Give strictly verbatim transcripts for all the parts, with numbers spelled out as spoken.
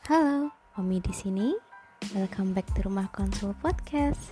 Halo, Omi di sini. Welcome back to Rumah Konsul Podcast.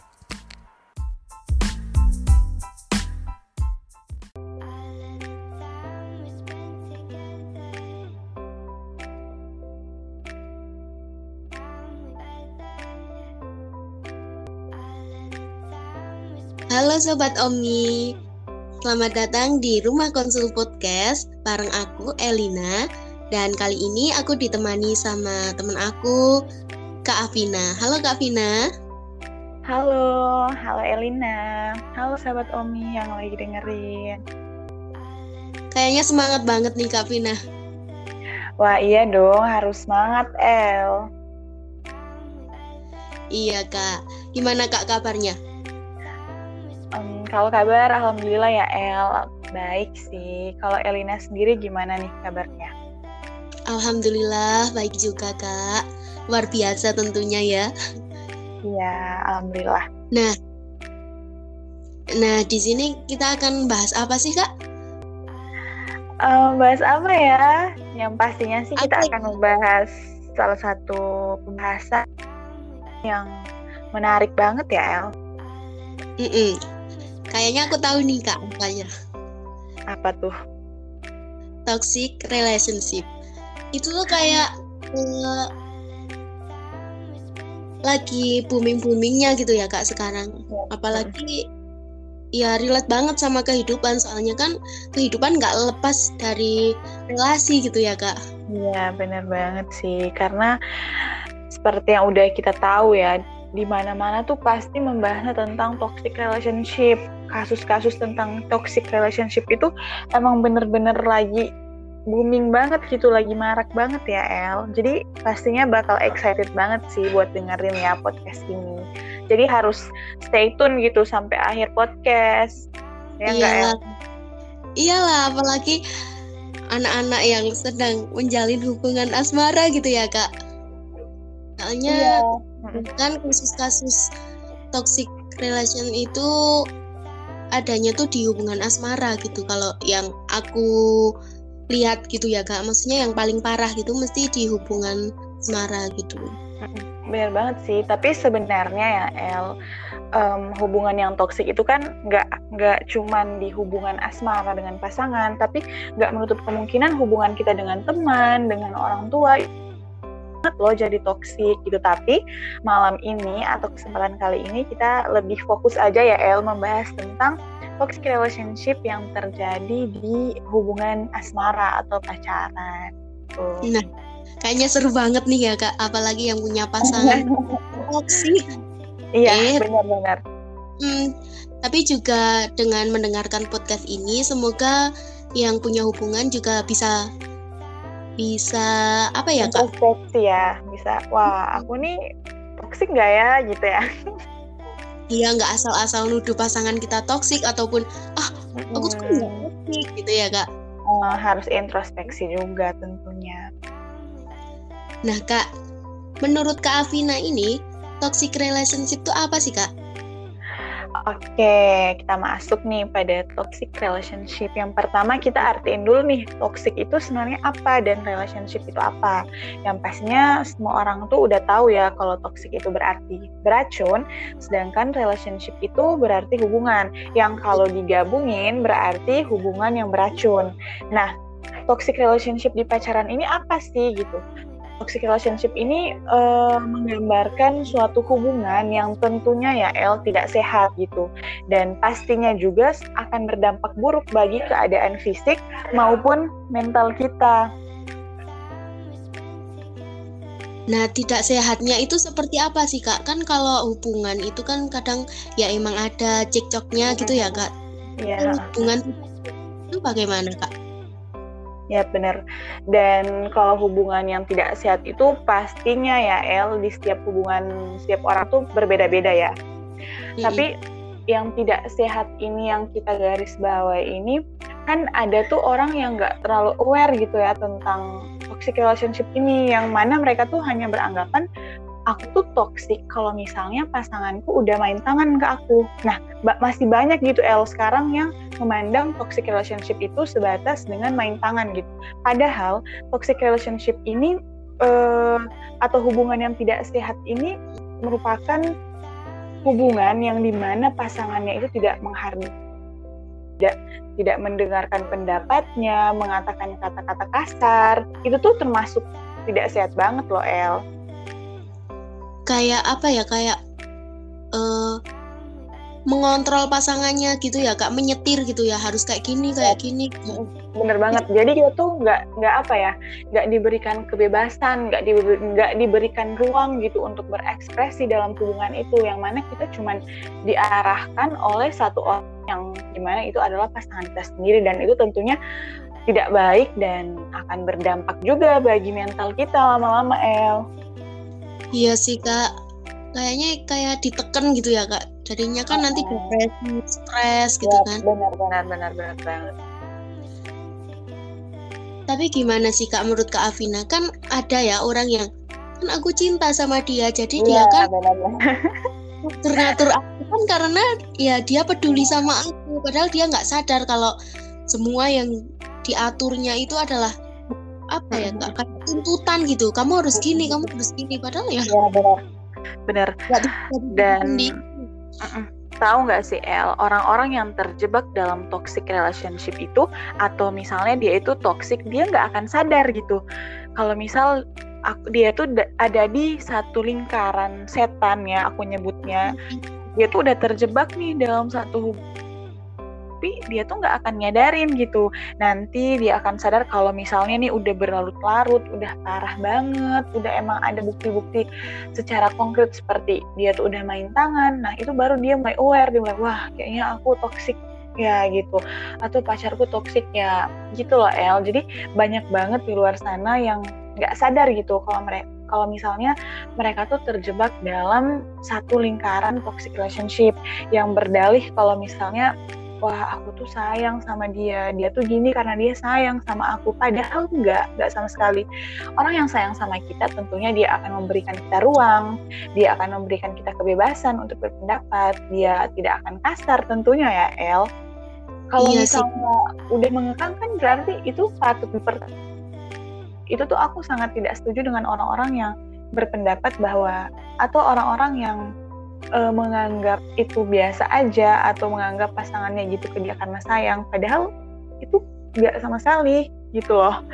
Halo Sobat Omi, selamat datang di Rumah Konsul Podcast bareng aku Elina. Dan kali ini aku ditemani sama teman aku, Kak Afina. Halo Kak Afina. Halo, halo Elina. Halo Sobat Omi yang lagi dengerin. Kayaknya semangat banget nih Kak Afina. Wah iya dong, harus semangat El. Iya Kak, gimana Kak kabarnya? Um, kalau kabar alhamdulillah ya El, baik sih. Kalau Elina sendiri gimana nih kabarnya? Alhamdulillah baik juga Kak. Luar biasa tentunya ya. Iya, alhamdulillah. Nah, nah di sini kita akan bahas apa sih Kak? Um, bahas apa ya? Yang pastinya sih kita Apa? akan membahas salah satu pembahasan yang menarik banget ya El. Mm-mm. Kayaknya aku tahu nih Kak apanya. Apa tuh? Toxic relationship. Itu tuh kayak uh, lagi booming-boomingnya gitu ya Kak sekarang. Apalagi ya relate banget sama kehidupan, soalnya kan kehidupan nggak lepas dari relasi gitu ya Kak. Iya benar banget sih, karena seperti yang udah kita tahu ya, di mana-mana tuh pasti membahasnya tentang toxic relationship. Kasus-kasus tentang toxic relationship itu emang bener-bener lagi booming banget gitu, lagi marak banget ya El. Jadi pastinya bakal excited banget sih buat dengerin ya podcast ini. Jadi harus stay tune gitu sampai akhir podcast. Ya enggak El? Iyalah, apalagi anak-anak yang sedang menjalin hubungan asmara gitu ya Kak. Soalnya Iya. kan kasus-kasus toxic relation itu adanya tuh di hubungan asmara gitu. Kalau yang aku lihat gitu ya Kak, maksudnya yang paling parah gitu mesti di hubungan asmara gitu. Benar banget sih, tapi sebenarnya ya El, um, hubungan yang toksik itu kan nggak nggak cuman di hubungan asmara dengan pasangan, tapi nggak menutup kemungkinan hubungan kita dengan teman, dengan orang tua banget loh jadi toksik gitu. Tapi malam ini atau kesempatan kali ini kita lebih fokus aja ya El, membahas tentang toxic relationship yang terjadi di hubungan asmara atau pacaran. Tuh. Nah, kayaknya seru banget nih ya Kak, apalagi yang punya pasangan toksik. Iya, eh, benar-benar. Hmm, tapi juga dengan mendengarkan podcast ini, semoga yang punya hubungan juga bisa bisa apa ya Kak? Introspeksi ya, bisa. Wah, aku nih toksik nggak ya gitu ya? Iya, nggak asal-asal nuduh pasangan kita toksik ataupun ah aku tuh nggak toksik gitu ya Kak. Uh, harus introspeksi juga tentunya. Nah Kak, menurut Kak Afina ini toxic relationship itu apa sih Kak? Oke, kita masuk nih pada toxic relationship. Yang pertama kita artiin dulu nih, toxic itu sebenarnya apa dan relationship itu apa. Yang pastinya semua orang tuh udah tahu ya kalau toxic itu berarti beracun, sedangkan relationship itu berarti hubungan yang kalau digabungin berarti hubungan yang beracun. Nah, toxic relationship di pacaran ini apa sih gitu? Toxic relationship ini uh, menggambarkan suatu hubungan yang tentunya ya El tidak sehat gitu, dan pastinya juga akan berdampak buruk bagi keadaan fisik maupun mental kita. Nah, tidak sehatnya itu seperti apa sih Kak? Kan kalau hubungan itu kan kadang ya emang ada cekcoknya gitu ya Kak. Iya. Hubungan itu bagaimana Kak? Ya benar. Dan kalau hubungan yang tidak sehat itu pastinya ya El, di setiap hubungan setiap orang tuh berbeda-beda ya. Mm-hmm. Tapi yang tidak sehat ini yang kita garis bawahi ini kan ada tuh orang yang nggak terlalu aware gitu ya tentang toxic relationship ini, yang mana mereka tuh hanya beranggapan aku tuh toksik kalau misalnya pasanganku udah main tangan ke aku. Nah, masih banyak gitu El sekarang yang memandang toxic relationship itu sebatas dengan main tangan gitu. Padahal toxic relationship ini uh, atau hubungan yang tidak sehat ini merupakan hubungan yang dimana pasangannya itu tidak menghargai, tidak tidak mendengarkan pendapatnya, mengatakan kata-kata kasar. Itu tuh termasuk tidak sehat banget loh, El. Kayak apa ya, kayak uh, mengontrol pasangannya gitu ya Kak, menyetir gitu ya, harus kayak gini, kayak gini. Bener banget. Jadi kita tuh nggak nggak apa ya, nggak diberikan kebebasan, nggak di, nggak diberikan ruang gitu untuk berekspresi dalam hubungan itu, yang mana kita cuman diarahkan oleh satu orang yang dimana itu adalah pasangan kita sendiri, dan itu tentunya tidak baik dan akan berdampak juga bagi mental kita lama-lama, El. Iya sih Kak, kayaknya kayak ditekan gitu ya Kak, jadinya kan oh. nanti depresi, stres gitu ya, kan. Benar benar benar benar banget. Tapi gimana sih Kak menurut Kak Afina, kan ada ya orang yang kan aku cinta sama dia, jadi ya, dia kan ngatur-ngatur aku kan karena ya dia peduli sama aku, padahal dia nggak sadar kalau semua yang diaturnya itu adalah apa ya Kak, kayak tuntutan gitu, kamu harus gini, kamu harus gini, padahal ya, ya benar benar. Dan uh-uh. tahu nggak sih El, orang-orang yang terjebak dalam toxic relationship itu, atau misalnya dia itu toxic, dia nggak akan sadar gitu kalau misal aku, dia tuh ada di satu lingkaran setan ya, aku nyebutnya. Dia tuh udah terjebak nih dalam satu, tapi dia tuh nggak akan nyadarin gitu. Nanti dia akan sadar kalau misalnya nih udah berlarut-larut, udah parah banget, udah emang ada bukti-bukti secara konkret seperti dia tuh udah main tangan. Nah itu baru dia mulai aware, dia mulai wah kayaknya aku toksik ya gitu, atau pacarku toksik ya gitu loh El. Jadi banyak banget di luar sana yang nggak sadar gitu kalau mereka kalau misalnya mereka tuh terjebak dalam satu lingkaran toxic relationship yang berdalih kalau misalnya wah aku tuh sayang sama dia, dia tuh gini karena dia sayang sama aku, padahal enggak, enggak sama sekali. Orang yang sayang sama kita tentunya dia akan memberikan kita ruang, dia akan memberikan kita kebebasan untuk berpendapat, dia tidak akan kasar tentunya ya El. Kalau iya misalnya sih. Udah mengekang kan berarti itu patut dipertanyakan. Itu tuh aku sangat tidak setuju dengan orang-orang yang berpendapat bahwa, atau orang-orang yang Uh, menganggap itu biasa aja atau menganggap pasangannya gitu ke dia karena sayang, padahal itu nggak sama sekali gitu loh.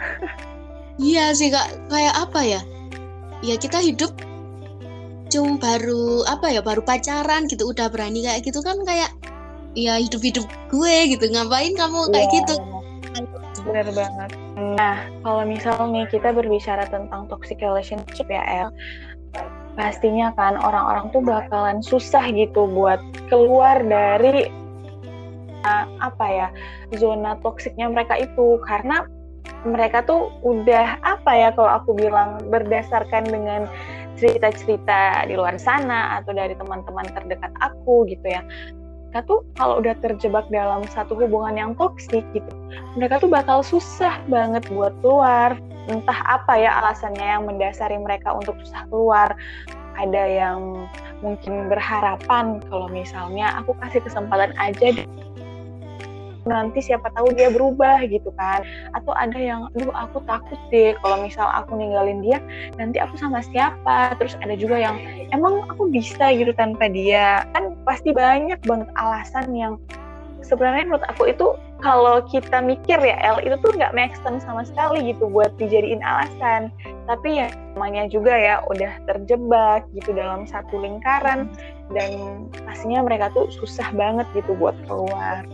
Iya sih Kak, kayak apa ya, ya kita hidup cuma baru apa ya baru pacaran gitu udah berani kayak gitu kan, kayak ya hidup-hidup gue gitu, ngapain kamu kayak yeah. gitu. Benar banget. Nah kalau misal nih kita berbicara tentang toxic relationship ya El, pastinya kan orang-orang tuh bakalan susah gitu buat keluar dari uh, apa ya zona toksiknya mereka itu, karena mereka tuh udah apa ya kalau aku bilang berdasarkan dengan cerita-cerita di luar sana atau dari teman-teman terdekat aku gitu ya, mereka tuh kalau udah terjebak dalam satu hubungan yang toksik gitu, mereka tuh bakal susah banget buat keluar. Entah apa ya alasannya yang mendasari mereka untuk susah keluar. Ada yang mungkin berharapan kalau misalnya aku kasih kesempatan aja deh, nanti siapa tahu dia berubah gitu kan. Atau ada yang aduh aku takut deh kalau misal aku ninggalin dia nanti aku sama siapa. Terus ada juga yang emang aku bisa gitu tanpa dia. Kan pasti banyak banget alasan yang sebenarnya menurut aku itu kalau kita mikir ya El, itu tuh nggak make sense sama sekali gitu buat dijadiin alasan. Tapi ya namanya juga ya udah terjebak gitu dalam satu lingkaran, dan pastinya mereka tuh susah banget gitu buat keluar.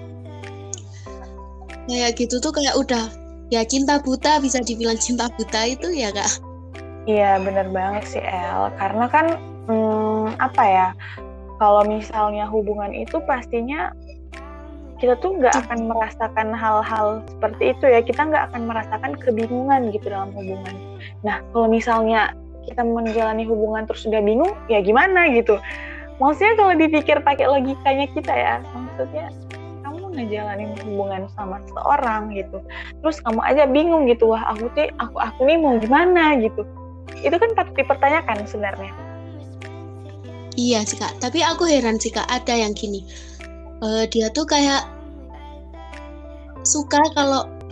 Kayak gitu tuh kayak udah ya cinta buta, bisa dibilang cinta buta itu ya Kak. Iya benar banget sih El, karena kan hmm, apa ya, kalau misalnya hubungan itu pastinya kita tuh nggak akan merasakan hal-hal seperti itu ya, kita nggak akan merasakan kebingungan gitu dalam hubungan. Nah kalau misalnya kita menjalani hubungan terus udah bingung, ya gimana gitu. Maksudnya kalau dipikir pakai logikanya kita ya, maksudnya kamu ngejalanin hubungan sama seseorang gitu, terus kamu aja bingung gitu, wah aku tuh aku aku nih mau gimana gitu. Itu kan patut dipertanyakan sebenarnya. Iya sih Kak, tapi aku heran sih Kak, ada yang gini. Uh, dia tuh kayak suka kalau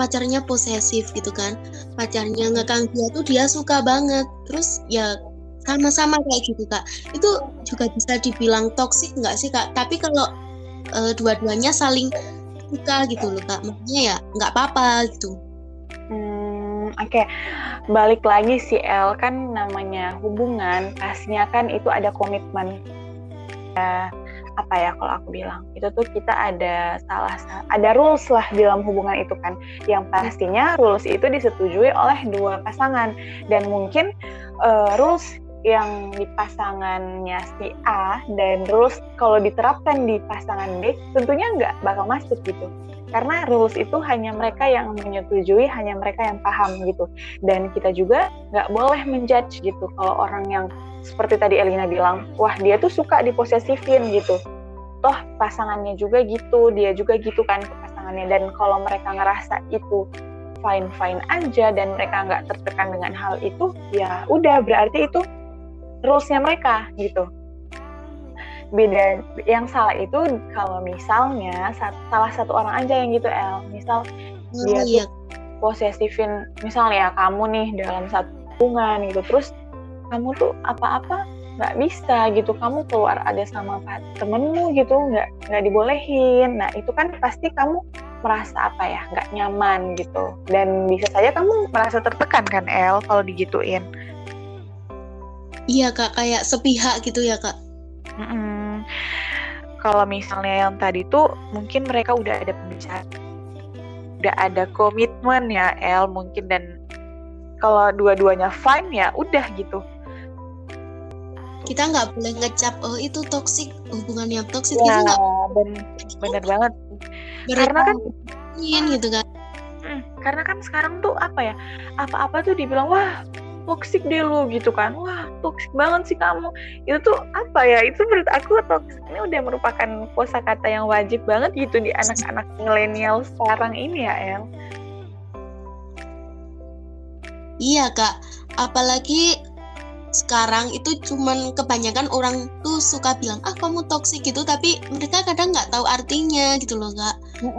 pacarnya posesif gitu kan, pacarnya ngekang dia tuh dia suka banget, terus ya sama-sama kayak gitu kak, itu juga bisa dibilang toksik nggak sih kak? Tapi kalau uh, dua-duanya saling suka gitu loh kak, maksudnya ya nggak apa-apa gitu. Hmm, oke, okay. Balik lagi sih El, kan namanya hubungan pastinya kan itu ada komitmen. Ya, apa ya kalau aku bilang itu tuh kita ada salah ada rules lah di dalam hubungan itu kan, yang pastinya rules itu disetujui oleh dua pasangan, dan mungkin uh, rules yang di pasangannya si A dan rules kalau diterapkan di pasangan B tentunya nggak bakal masuk gitu, karena rules itu hanya mereka yang menyetujui, hanya mereka yang paham gitu, dan kita juga nggak boleh menjudge gitu kalau orang yang seperti tadi Elina bilang, wah dia tuh suka diposesifin gitu, toh pasangannya juga gitu, dia juga gitu kan ke pasangannya, dan kalau mereka ngerasa itu fine-fine aja dan mereka nggak tertekan dengan hal itu, ya udah berarti itu rules-nya mereka gitu. Beda, yang salah itu kalau misalnya salah satu orang aja yang gitu El, misal oh, dia iya. tuh posesifin, misalnya kamu nih dalam satu hubungan gitu, terus kamu tuh apa-apa nggak bisa gitu, kamu keluar ada sama temenmu gitu nggak nggak dibolehin, nah itu kan pasti kamu merasa apa ya, nggak nyaman gitu, dan bisa saja kamu merasa tertekan kan El kalau digituin. Iya kak, kayak sepihak gitu ya kak. Mm-mm. Kalau misalnya yang tadi tuh mungkin mereka udah ada pembicaraan, udah ada komitmen ya El mungkin, dan kalau dua-duanya fine ya udah gitu. Kita nggak boleh ngecap oh itu toksik, hubungan yang toksik ya, itu nggak. Ben- bener banget. Mereka karena kan gitu kan. Mm, karena kan sekarang tuh apa ya, apa-apa tuh dibilang wah toksik deh lu gitu kan, wah toksik banget sih kamu, itu tuh apa ya, itu menurut aku toksik ini udah merupakan kosakata yang wajib banget gitu di anak-anak milenial sekarang ini ya El. Iya kak, apalagi sekarang itu cuman kebanyakan orang tuh suka bilang ah kamu toksik gitu, tapi mereka kadang nggak tahu artinya gitu loh kak.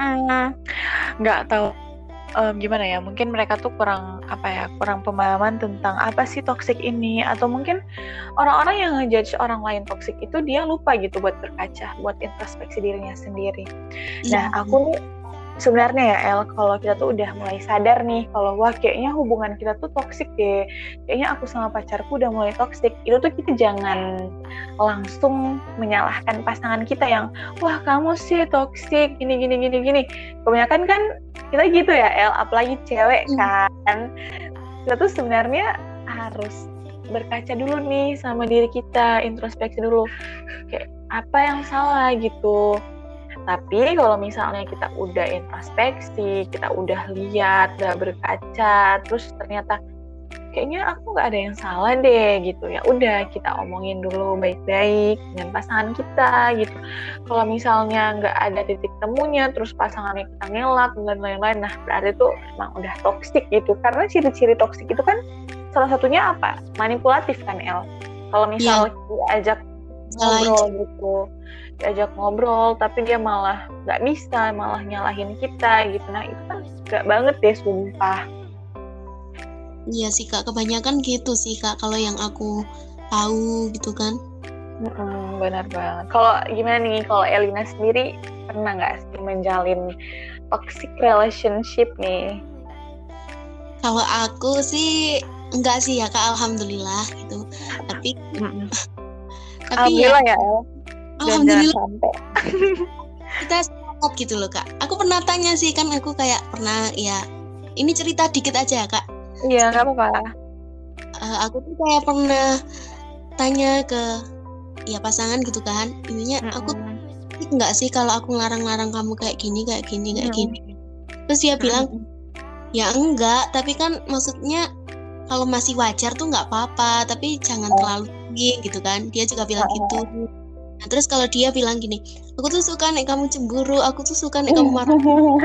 Nggak tahu um, gimana ya, mungkin mereka tuh kurang apa ya, kurang pemahaman tentang apa sih toksik ini, atau mungkin orang-orang yang ngejudge orang lain toksik itu dia lupa gitu buat berkaca, buat introspeksi dirinya sendiri. Nah Iya. aku nih sebenarnya ya El, kalau kita tuh udah mulai sadar nih kalau wah kayaknya hubungan kita tuh toksik deh, kayaknya aku sama pacarku udah mulai toksik, itu tuh kita jangan langsung menyalahkan pasangan kita yang wah kamu sih toksik gini gini gini gini. Kebanyakan kan kita gitu ya El, apalagi cewek kan, kita tuh sebenarnya harus berkaca dulu nih sama diri kita, introspeksi dulu kayak apa yang salah gitu. Tapi kalau misalnya kita udah introspeksi, kita udah lihat, udah berkaca, terus ternyata kayaknya aku nggak ada yang salah deh gitu, ya udah kita omongin dulu baik-baik dengan pasangan kita gitu. Kalau misalnya nggak ada titik temunya, terus pasangannya kita ngelak dan lain-lain, nah berarti itu emang udah toksik gitu. Karena ciri-ciri toksik itu kan salah satunya apa? Manipulatif kan El. Kalau misalnya yeah. diajak ngobrol gitu, diajak ngobrol tapi dia malah nggak bisa, malah nyalahin kita gitu, nah itu kan nggak banget deh sumpah. Iya sih kak, kebanyakan gitu sih kak kalau yang aku tahu gitu kan. Hmm, benar banget. Kalau gimana nih, kalau Elina sendiri pernah nggak sih menjalin toxic relationship nih? Kalau aku sih enggak sih ya kak, alhamdulillah gitu. Tapi tapi alhamdulillah ya, ya El. Alhamdulillah sampai kita sepakat gitu loh kak. Aku pernah tanya sih kan, aku kayak pernah ya, ini cerita dikit aja ya kak. Iya nggak apa-apa. Uh, aku tuh kayak pernah tanya ke ya pasangan gitu kan, intinya mm-hmm. aku nggak sih kalau aku ngelarang-larang kamu kayak gini kayak gini kayak mm-hmm. gini. Terus dia mm-hmm. bilang ya enggak, tapi kan maksudnya kalau masih wajar tuh nggak apa-apa, tapi jangan oh. terlalu tinggi gitu kan. Dia juga bilang oh. gitu. Nah, terus kalau dia bilang gini, aku tuh suka nek kamu cemburu, aku tuh suka nek kamu marah.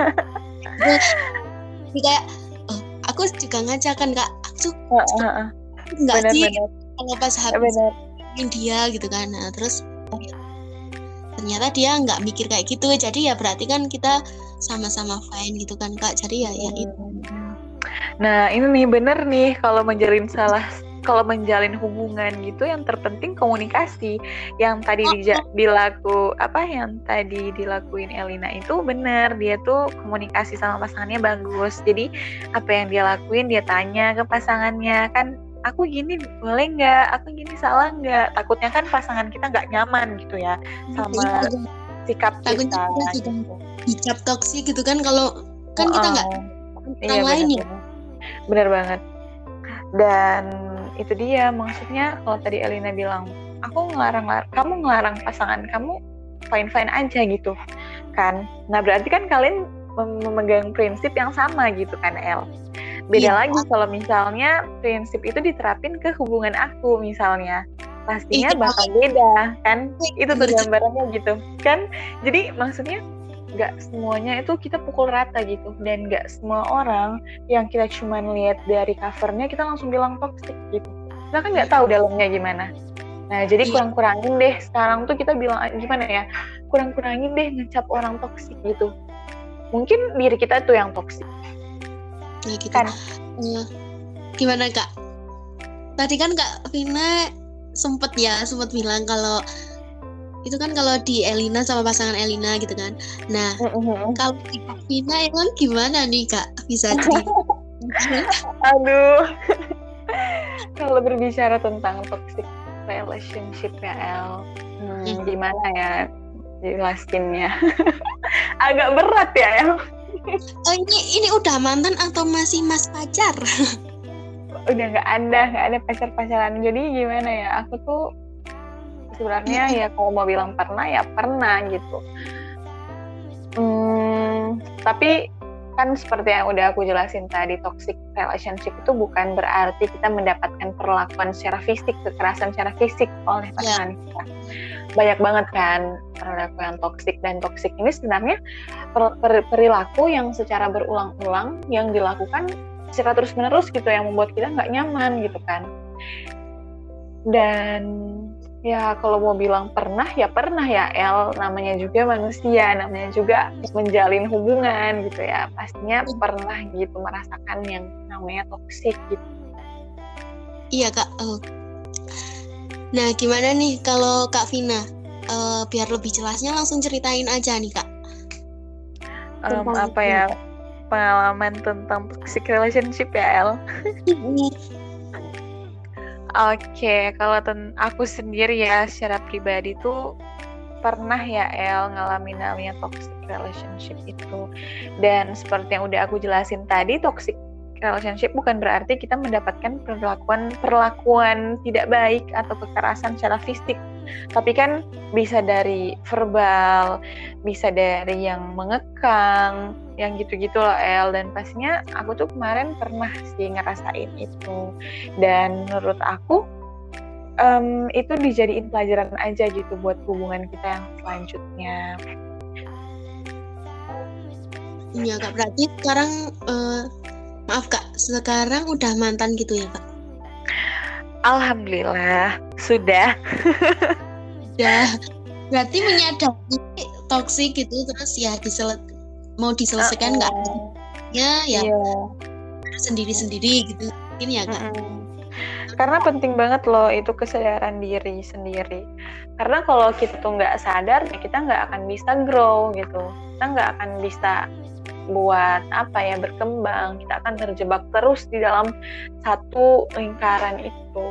Jadi kayak, oh, aku juga ngajak kan kak, aku tuh uh, uh, uh. nggak sih kalau pas habis dia gitu kan. Nah terus ternyata dia nggak mikir kayak gitu, jadi ya berarti kan kita sama-sama fine gitu kan Kak. Jadi ya ya itu. Nah ini nih bener nih, kalau menjalin salah kalau menjalin hubungan gitu yang terpenting komunikasi. Yang tadi Oh, dija- oh. dilaku apa yang tadi dilakuin Elina itu bener, dia tuh komunikasi sama pasangannya bagus. Jadi apa yang dia lakuin dia tanya ke pasangannya, kan aku gini boleh nggak, aku gini salah nggak, takutnya kan pasangan kita nggak nyaman gitu ya sama Iya, sikap takutnya kita kita juga gitu. dicap toksik gitu kan, kalau kan kita nggak Oh, orang iya lain ya. benar, benar banget. Dan itu dia maksudnya, kalau tadi Elina bilang aku ngelarang, kamu ngelarang pasangan kamu fine fine aja gitu kan, nah berarti kan kalian mem- memegang prinsip yang sama gitu kan El. Beda Iya. lagi kalau misalnya prinsip itu diterapin ke hubungan aku misalnya, pastinya Iya. bakal beda kan. Itu tuh Bener. gambarannya gitu kan. Jadi maksudnya nggak semuanya itu kita pukul rata gitu, dan nggak semua orang yang kita cuma lihat dari covernya kita langsung bilang toxic gitu. Kita kan nggak tahu dalamnya gimana. Nah jadi Iya. kurang-kurangin deh sekarang tuh kita bilang gimana ya, kurang-kurangin deh ngecap orang toxic gitu. Mungkin diri kita tuh yang toxic. Nah gitu. Kan. Eh, gimana Kak? Tadi kan Kak Vina sempet ya sempet bilang kalau itu kan kalau di Elina sama pasangan Elina gitu kan. Nah Mm-hmm. kalau di Kak Vina emang gimana nih Kak? Bisa cerita? Aduh. Kalau berbicara tentang toxic relationship ya El, hmm, Hmm. gimana ya jelasinnya? Agak berat ya El. Oh, ini ini udah mantan atau masih mas pacar? Udah nggak ada nggak ada pacar-pacaran. Jadi gimana ya, aku tuh sebenarnya ya kalau mau bilang pernah ya pernah gitu. Hmm, tapi kan seperti yang udah aku jelasin tadi, toxic relationship itu bukan berarti kita mendapatkan perlakuan secara fisik, kekerasan secara fisik oleh pasangan yeah. kita. Banyak banget kan perilaku yang toxic, dan toxic ini sebenarnya per- per- perilaku yang secara berulang-ulang yang dilakukan secara terus-menerus gitu, yang membuat kita nggak nyaman gitu kan. Dan ya kalau mau bilang pernah ya pernah ya El, namanya juga manusia, namanya juga menjalin hubungan gitu ya, pastinya pernah gitu merasakan yang namanya toksik gitu. Iya Kak. Oh. Nah gimana nih kalau Kak Vina, uh, biar lebih jelasnya langsung ceritain aja nih Kak. Um, apa ya pengalaman tentang toxic relationship ya El? Oke, okay, kalau ten- aku sendiri ya secara pribadi tuh pernah ya El ngalamin namanya toxic relationship itu. Dan seperti yang udah aku jelasin tadi, toxic relationship bukan berarti kita mendapatkan perlakuan perlakuan tidak baik atau kekerasan secara fisik. Tapi kan bisa dari verbal, bisa dari yang mengekang, yang gitu-gitu loh El. Dan pastinya aku tuh kemarin pernah sih ngerasain itu. Dan menurut aku um, itu dijadiin pelajaran aja gitu buat hubungan kita yang selanjutnya. Iya Kak, berarti sekarang uh, maaf Kak, sekarang udah mantan gitu ya Kak? Alhamdulillah sudah. Ya, berarti menyadari toksik gitu, terus ya disel- mau diselesaikan nggak? Uh-uh. Ya, ya yeah. sendiri-sendiri gitu, mungkin ya Kak. Uh-uh. Karena penting banget loh itu kesadaran diri sendiri. Karena kalau kita tuh nggak sadar, ya kita nggak akan bisa grow gitu. Kita nggak akan bisa buat apa ya berkembang. Kita akan terjebak terus di dalam satu lingkaran itu.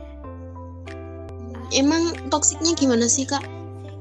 Emang toksiknya gimana sih Kak?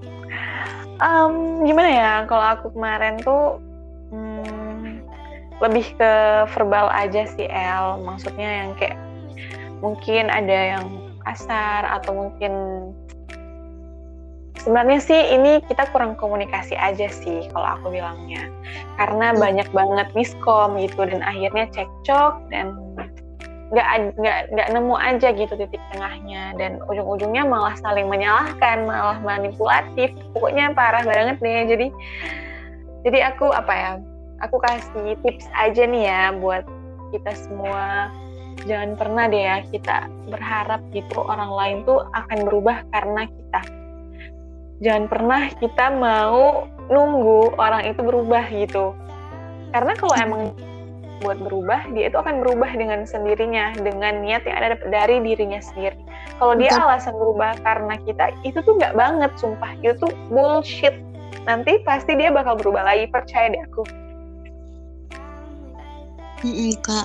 Um, gimana ya? Kalau aku kemarin tuh hmm, lebih ke verbal aja sih El. Maksudnya yang kayak mungkin ada yang kasar atau mungkin sebenarnya sih ini kita kurang komunikasi aja sih kalau aku bilangnya, karena hmm. banyak banget miskom gitu dan akhirnya cekcok dan nggak nggak nggak nemu aja gitu titik tengahnya, dan ujung-ujungnya malah saling menyalahkan, malah manipulatif, pokoknya parah banget deh. Jadi jadi aku apa ya aku kasih tips aja nih ya buat kita semua, jangan pernah deh ya kita berharap gitu orang lain tuh akan berubah karena kita. jangan pernah kita mau nunggu orang itu berubah gitu. Karena kalau emang buat berubah, dia itu akan berubah dengan sendirinya, dengan niat yang ada dari dirinya sendiri. Kalau dia Betul. alasan berubah karena kita, itu tuh nggak banget, sumpah. Itu tuh bullshit. Nanti pasti dia bakal berubah lagi, percaya deh aku. Mm-mm, Kak.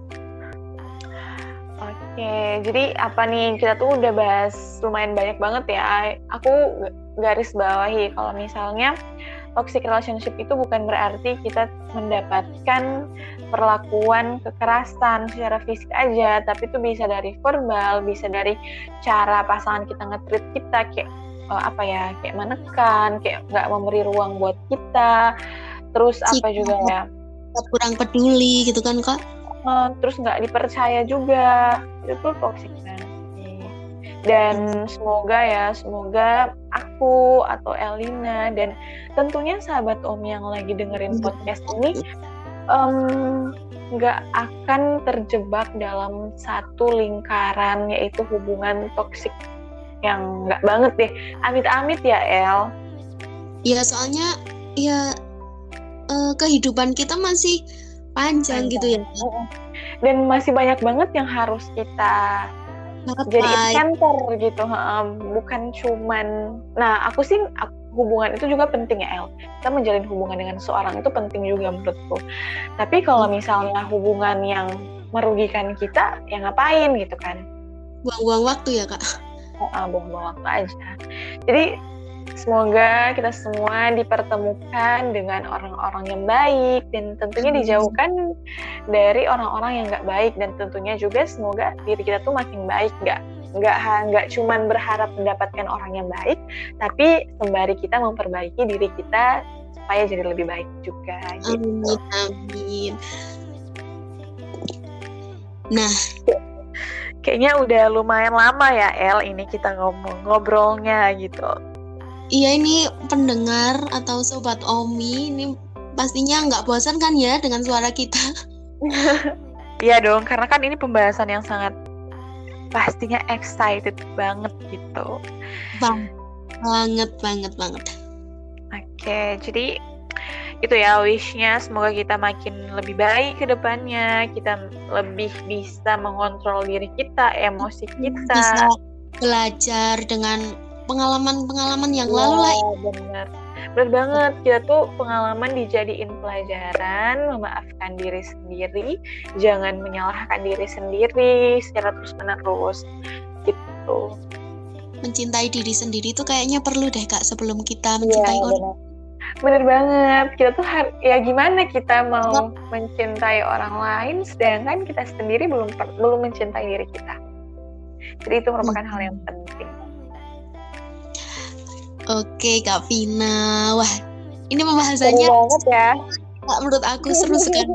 Oke, jadi apa nih, kita tuh udah bahas lumayan banyak banget ya. Aku garis bawahi kalau misalnya toxic relationship itu bukan berarti kita mendapatkan perlakuan kekerasan secara fisik aja, tapi itu bisa dari verbal, bisa dari cara pasangan kita nge-treat kita, kayak uh, apa ya, kayak menekan, kayak nggak memberi ruang buat kita, terus Sikap apa juga ya, kurang peduli gitu kan Kak. uh, terus nggak dipercaya juga, itu tuh toxic banget. Dan semoga ya, semoga aku atau Elina dan tentunya sahabat Om yang lagi dengerin podcast ini nggak um, akan terjebak dalam satu lingkaran, yaitu hubungan toksik yang nggak banget deh. Amit-amit ya El. Ya soalnya ya uh, kehidupan kita masih panjang, panjang gitu ya. Dan masih banyak banget yang harus kita jadi center gitu, bukan cuman. Nah, aku sih aku, hubungan itu juga penting ya El. Kita menjalin hubungan dengan seorang itu penting juga menurutku. Tapi kalau misalnya hubungan yang merugikan kita, ya ngapain gitu kan? Buang-buang waktu ya Kak. Oh, buang-buang waktu aja. Jadi semoga kita semua dipertemukan dengan orang-orang yang baik dan tentunya dijauhkan dari orang-orang yang nggak baik, dan tentunya juga semoga diri kita tuh makin baik, nggak nggak nggak cuman berharap mendapatkan orang yang baik, tapi sembari kita memperbaiki diri kita supaya jadi lebih baik juga. Gitu. Amin, amin. Nah, kayaknya udah lumayan lama ya El ini kita ngomong ngobrolnya gitu. Iya, ini pendengar atau sobat Omi ini pastinya nggak bosan kan ya dengan suara kita? Iya dong, karena kan ini pembahasan yang sangat pastinya excited banget gitu. Bang, banget, banget, banget. Oke, jadi itu ya wish-nya, semoga kita makin lebih baik ke depannya, kita lebih bisa mengontrol diri kita, emosi kita. Bisa belajar dengan pengalaman-pengalaman yang ya, lalu lah. Benar, benar banget. Kita tuh pengalaman dijadiin pelajaran, memaafkan diri sendiri, jangan menyalahkan diri sendiri secara terus-menerus gitu. Mencintai diri sendiri tuh kayaknya perlu deh Kak sebelum kita mencintai ya, orang. Bener banget. Kita tuh har- ya gimana kita mau oh. mencintai orang lain sedangkan kita sendiri belum per- belum mencintai diri kita. Jadi itu merupakan hmm. hal yang penting. Oke Kak Vina, wah ini pembahasannya seru banget ya. Menurut aku seru sekali.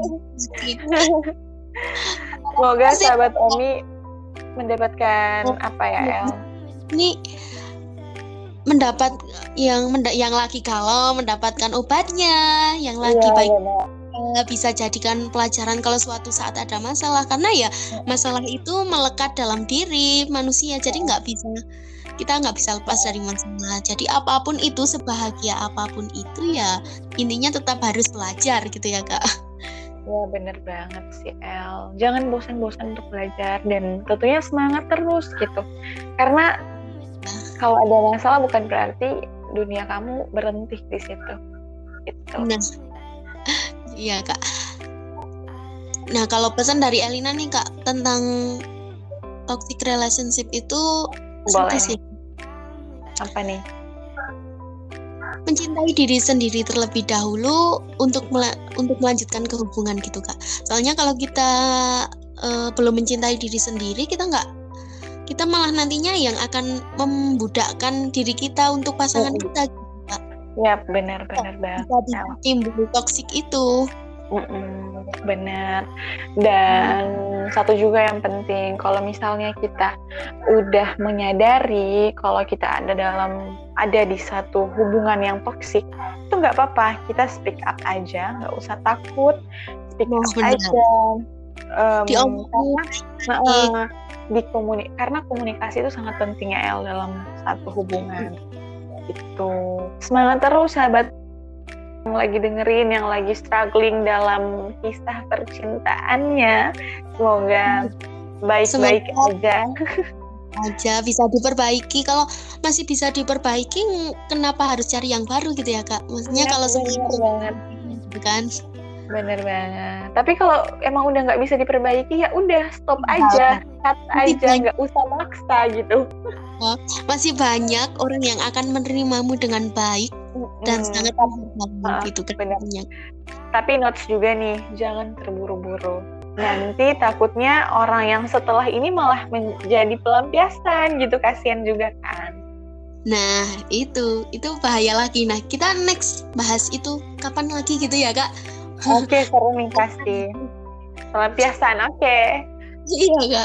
Semoga sahabat Omi mendapatkan oh, apa ya El? Ini mendapat yang menda- yang lagi galau mendapatkan obatnya, yang lagi ya, baik benar. Bisa jadikan pelajaran kalau suatu saat ada masalah, karena ya masalah itu melekat dalam diri manusia, jadi nggak bisa kita nggak bisa lepas dari masalah. Jadi apapun itu, sebahagia apapun itu ya intinya tetap harus belajar gitu ya Kak. Ya bener banget sih El. Jangan bosan-bosan untuk belajar dan tentunya semangat terus gitu. Karena nah, kalau ada masalah bukan berarti dunia kamu berhenti di situ. Gitu. Nah, iya Kak. Nah kalau pesan dari Elina nih Kak tentang toxic relationship itu boleh sih. Apa nih? Mencintai diri sendiri terlebih dahulu untuk mela- untuk melanjutkan ke hubungan gitu Kak. Soalnya kalau kita uh, belum mencintai diri sendiri, kita nggak kita malah nantinya yang akan membudakkan diri kita untuk pasangan mm-hmm. kita gitu Kak. Ya benar-benar banget. Bisa timbul toksik itu. Mm-mm, benar. Dan hmm. satu juga yang penting, kalau misalnya kita udah menyadari kalau kita ada dalam ada di satu hubungan yang toksik, itu nggak apa-apa, kita speak up aja, nggak usah takut, speak oh, up benar. aja. Um, Diomongin, karena, uh, di komuni- karena komunikasi itu sangat penting ya El dalam satu hubungan. Gitu. Semangat terus sahabat yang lagi dengerin, yang lagi struggling dalam kisah percintaannya. Semoga baik-baik aja. aja bisa diperbaiki. Kalau masih bisa diperbaiki, kenapa harus cari yang baru gitu ya Kak? Maksudnya Ya, kalau bener semuanya banget. kan Bener banget. Tapi kalau emang udah nggak bisa diperbaiki, ya udah stop Nggak aja, cut Masih aja, banyak. nggak usah maksa gitu. masih banyak orang yang akan menerimamu dengan baik dan Mm-mm. sangat menghargai Ah, gitu kan. bener. Tapi notes juga nih, jangan terburu-buru. Nanti takutnya orang yang setelah ini malah menjadi pelampiasan gitu, kasihan juga kan. Nah, itu itu bahaya lagi. Nah, kita next bahas itu kapan lagi gitu ya, Kak? Oke, seru nih pasti. Pelampiasan, oke. Iya, Kak.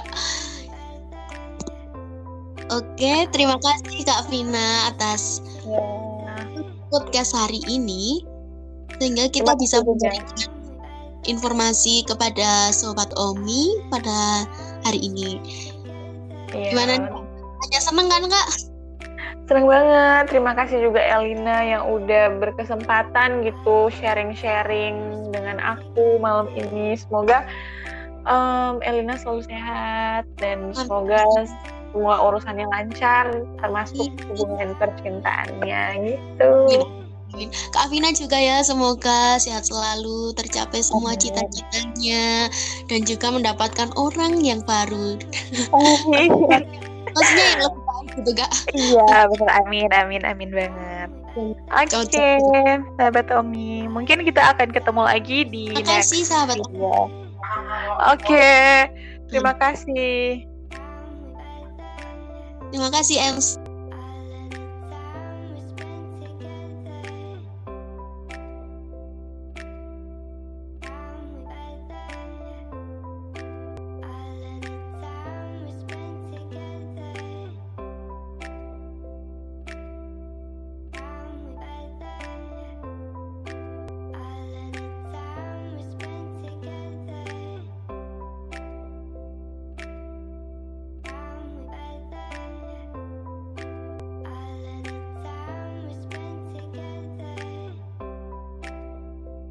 Oke, terima kasih Kak Vina atas Ya. podcast hari ini. Sehingga kita Terima bisa kasih juga. memberikan informasi kepada Sobat Omi pada hari ini. Iya. Gimana nih? Hanya seneng kan, Kak? Seneng banget. Terima kasih juga Elina yang udah berkesempatan gitu sharing-sharing dengan aku malam ini. Semoga um, Elina selalu sehat dan semoga semua urusannya lancar, termasuk hubungan percintaannya gitu. Kak Vina juga ya, semoga sehat selalu, tercapai semua Amin. cita-citanya dan juga mendapatkan orang yang baru. Amin. Maksudnya yang lebih baik gitu, Kak. Iya, benar. Amin, amin, amin banget. Oke, Cocok. sahabat Omi. Mungkin kita akan ketemu lagi di Terima next kasih sahabat Omi. video. Oke, terima kasih. Terima kasih Ems.